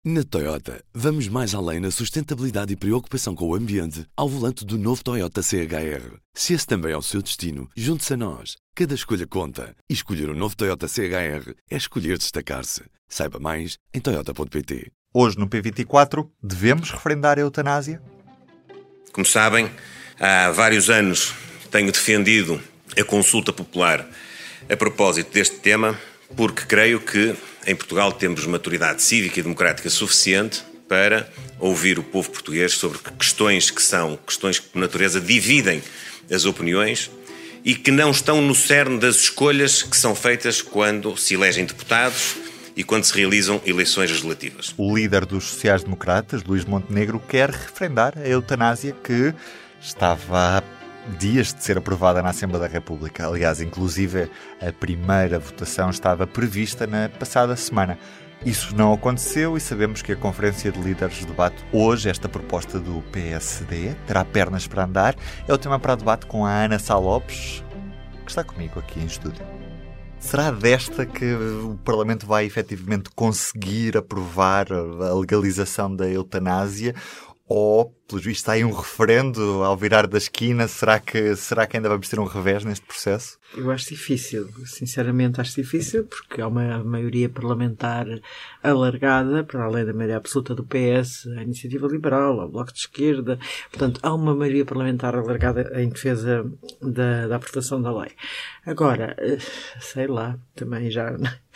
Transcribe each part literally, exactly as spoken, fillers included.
Na Toyota, vamos mais além na sustentabilidade e preocupação com o ambiente ao volante do novo Toyota C H R. Se esse também é o seu destino, junte-se a nós. Cada escolha conta. E escolher o novo Toyota C H R é escolher destacar-se. Saiba mais em toyota ponto pt. Hoje no P vinte e quatro, devemos referendar a eutanásia? Como sabem, há vários anos tenho defendido a consulta popular a propósito deste tema, porque creio que em Portugal temos maturidade cívica e democrática suficiente para ouvir o povo português sobre questões que são questões que, por natureza, dividem as opiniões e que não estão no cerne das escolhas que são feitas quando se elegem deputados e quando se realizam eleições legislativas. O líder dos sociais-democratas, Luís Montenegro, quer referendar a eutanásia que estava há dias de ser aprovada na Assembleia da República. Aliás, inclusive, a primeira votação estava prevista na passada semana. Isso não aconteceu e sabemos que a Conferência de Líderes debate hoje esta proposta do P S D. Terá pernas para andar. É o tema para debate com a Ana Sá Lopes, que está comigo aqui em estúdio. Será desta que o Parlamento vai efetivamente conseguir aprovar a legalização da eutanásia? Ou, pelos vistos, está aí um referendo ao virar da esquina? Será que, será que ainda vamos ter um revés neste processo? Eu acho difícil. Sinceramente, acho difícil, porque há uma maioria parlamentar alargada, para além da maioria absoluta do P S, a Iniciativa Liberal, ao Bloco de Esquerda. Portanto, há uma maioria parlamentar alargada em defesa da, da aprovação da lei. Agora, sei lá, também já...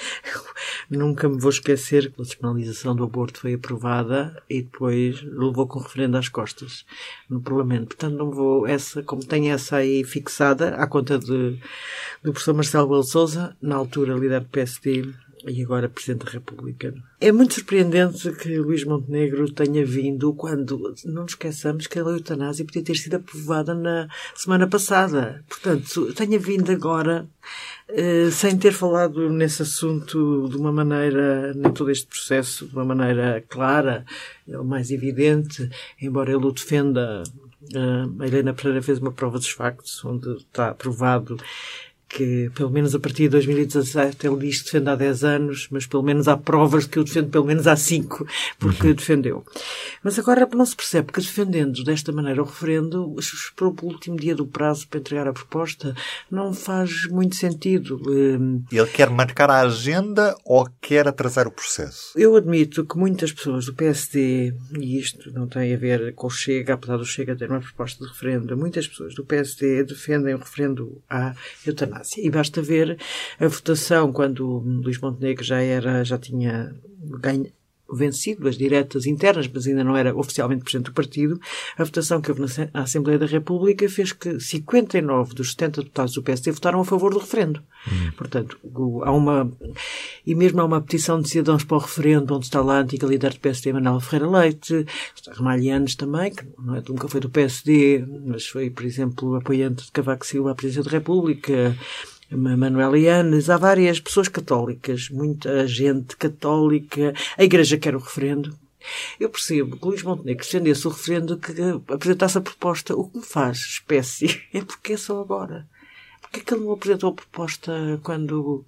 Nunca me vou esquecer que a despenalização do aborto foi aprovada e depois levou com referendo às costas no Parlamento. Portanto, não vou, essa, como tenho essa aí fixada, à conta de, do professor Marcelo Rebelo de Sousa, na altura líder do P S D e agora Presidente da República. É muito surpreendente que Luís Montenegro tenha vindo quando, não nos esqueçamos que a eutanásia podia ter sido aprovada na semana passada. Portanto, tenha vindo agora, eh, sem ter falado nesse assunto de uma maneira, nem todo este processo, de uma maneira clara, ou mais evidente, embora ele o defenda. Uh, a Helena Pereira fez uma prova dos factos, onde está provado que, pelo menos a partir de dois mil e dezassete, ele diz que defende há dez anos, mas pelo menos há provas de que o defende pelo menos há cinco, porque uhum. defendeu. Mas agora não se percebe que, defendendo desta maneira o referendo, para o último dia do prazo para entregar a proposta, não faz muito sentido. Ele quer marcar a agenda ou quer atrasar o processo? Eu admito que muitas pessoas do P S D, e isto não tem a ver com o Chega, apesar do Chega ter uma proposta de referendo, muitas pessoas do P S D defendem o referendo à eutanásia. E basta ver a votação quando Luís Montenegro já era, já tinha ganho, vencido as diretas internas, mas ainda não era oficialmente presidente do partido. A votação que houve na Assembleia da República fez que cinquenta e nove dos setenta deputados do P S D votaram a favor do referendo. Hum. Portanto, há uma... E mesmo há uma petição de cidadãos para o referendo, onde está lá a antiga líder do P S D, Manuela Ferreira Leite, está Ramalhianes também, que não é, nunca foi do P S D, mas foi, por exemplo, apoiante de Cavaco Silva à presidência da República, Manuela Yanes, há várias pessoas católicas, muita gente católica, a Igreja quer o referendo. Eu percebo que Luís Montenegro defendesse o referendo, que apresentasse a proposta. O que me faz espécie é porque é só agora. Porque é que ele não apresentou a proposta quando,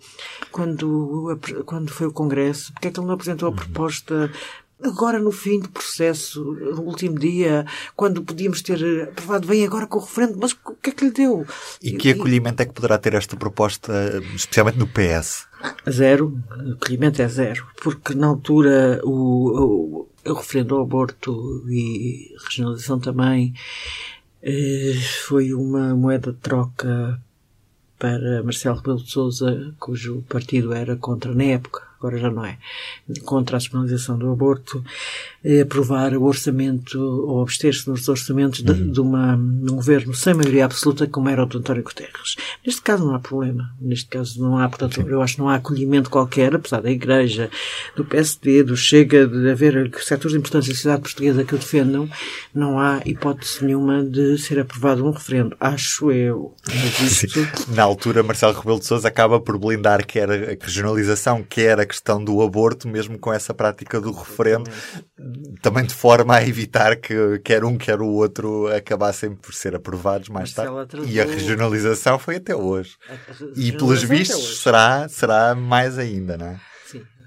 quando, quando foi o Congresso? Porque é que ele não apresentou a proposta agora no fim do processo, no último dia, quando podíamos ter aprovado bem agora com o referendo? Mas o que é que lhe deu? E que acolhimento é que poderá ter esta proposta, especialmente no P S? Zero. O acolhimento é zero. Porque na altura o, o, o referendo ao aborto e a regionalização também eh, foi uma moeda de troca para Marcelo Rebelo de Sousa, cujo partido era contra na época, agora já não é, contra a despenalização do aborto, é aprovar o orçamento, ou abster-se nos orçamentos de, de, uma, de um governo sem maioria absoluta, como era o de António Guterres. Neste caso não há problema. Neste caso não há, portanto, eu acho que não há acolhimento qualquer, apesar da Igreja, do P S D, do Chega, de haver setores de importância da sociedade portuguesa que o defendam, não há hipótese nenhuma de ser aprovado um referendo. Acho eu. Mas isto... Na altura, Marcelo Rebelo de Sousa acaba por blindar quer a regionalização, quer a questão do aborto, mesmo com essa prática do referendo, também de forma a evitar que quer um, quer o outro acabassem por ser aprovados mais tarde. Atrasou... E a regionalização foi até hoje. E, pelos vistos, será, será mais ainda, não é? Sim.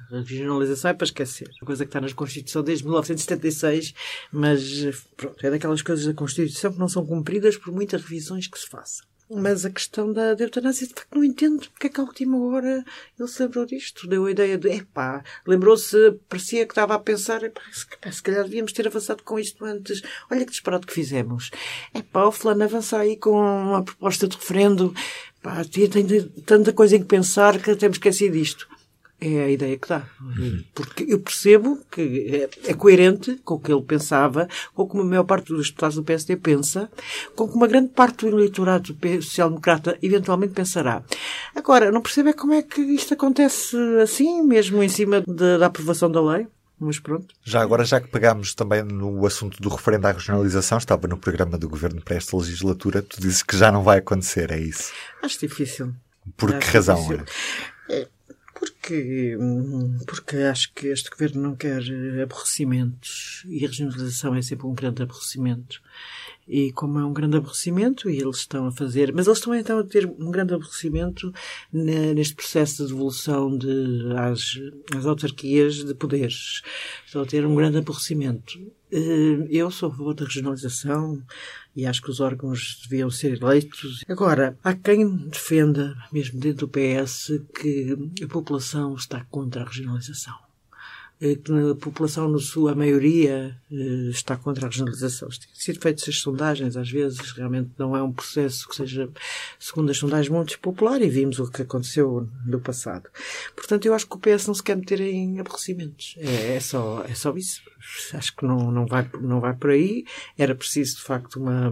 A regionalização é para esquecer. A coisa que está na Constituição desde mil novecentos e setenta e seis, mas pronto, é daquelas coisas da Constituição que não são cumpridas por muitas revisões que se façam. Mas a questão da, da eutanásia, de facto, não entendo porque é que à última hora ele se lembrou disto. Deu a ideia de, epá, lembrou-se, parecia que estava a pensar, epá, se, se calhar devíamos ter avançado com isto antes. Olha que disparate que fizemos. Epá, o fulano avança aí com uma proposta de referendo. Pá, tem, tem tanta coisa em que pensar que até me esqueci disto. É a ideia que dá. Porque eu percebo que é, é coerente com o que ele pensava, com o que a maior parte dos deputados do P S D pensa, com o que uma grande parte do eleitorado social-democrata eventualmente pensará. Agora, não percebo é como é que isto acontece assim, mesmo em cima de, da aprovação da lei. Mas pronto. Já agora, já que pegámos também no assunto do referendo à regionalização, estava no programa do Governo para esta legislatura, tu dizes que já não vai acontecer, é isso? Acho difícil. Por Acho que razão? Difícil. É, porque, porque acho que este Governo não quer aborrecimentos e a regionalização é sempre um grande aborrecimento. E como é um grande aborrecimento, e eles estão a fazer... Mas eles estão então a ter um grande aborrecimento neste processo de devolução de, às, às autarquias de poderes. Estão a ter um grande aborrecimento. Eu sou a favor da regionalização e acho que os órgãos deviam ser eleitos. Agora, há quem defenda, mesmo dentro do P S, que a população está contra a regionalização. Que a população, na sua maioria, está contra a regionalização. Têm sido feitas as sondagens, às vezes, realmente não é um processo que seja, segundo as sondagens, muito popular, e vimos o que aconteceu no passado. Portanto, eu acho que o P S não se quer meter em aborrecimentos. É, é, só, é só isso. Acho que não, não, vai, não vai por aí. Era preciso, de facto, uma...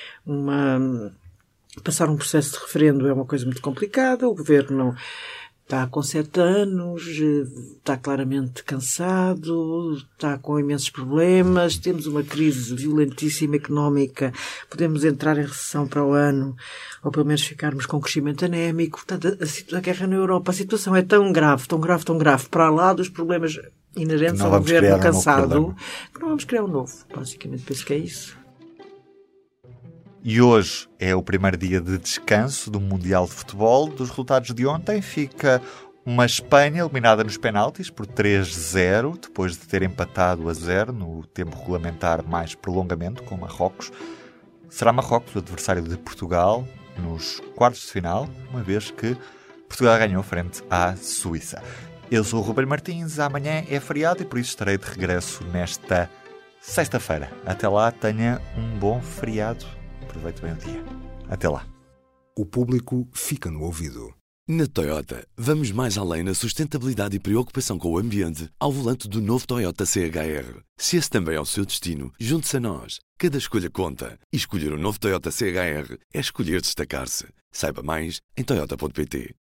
uma passar um processo de referendo é uma coisa muito complicada. O Governo não... Está com sete anos, está claramente cansado, está com imensos problemas, temos uma crise violentíssima económica, podemos entrar em recessão para o ano, ou pelo menos ficarmos com crescimento anémico. Portanto, a, a guerra na Europa, a situação é tão grave, tão grave, tão grave, para lá dos problemas inerentes ao governo cansado, que não vamos criar um novo. Basicamente, penso que é isso. E hoje é o primeiro dia de descanso do Mundial de Futebol. Dos resultados de ontem fica uma Espanha eliminada nos penaltis por três a zero, depois de ter empatado a zero no tempo regulamentar mais prolongamento com Marrocos. Será Marrocos o adversário de Portugal nos quartos de final, uma vez que Portugal ganhou frente à Suíça. Eu sou o Ruben Martins, amanhã é feriado e por isso estarei de regresso nesta sexta-feira. Até lá, tenha um bom feriado. Aproveite bem o dia. Até lá. O público fica no ouvido. Na Toyota, vamos mais além na sustentabilidade e preocupação com o ambiente ao volante do novo Toyota C H R. Se esse também é o seu destino, junte-se a nós. Cada escolha conta. E escolher o novo Toyota C H R é escolher destacar-se. Saiba mais em toyota ponto pt.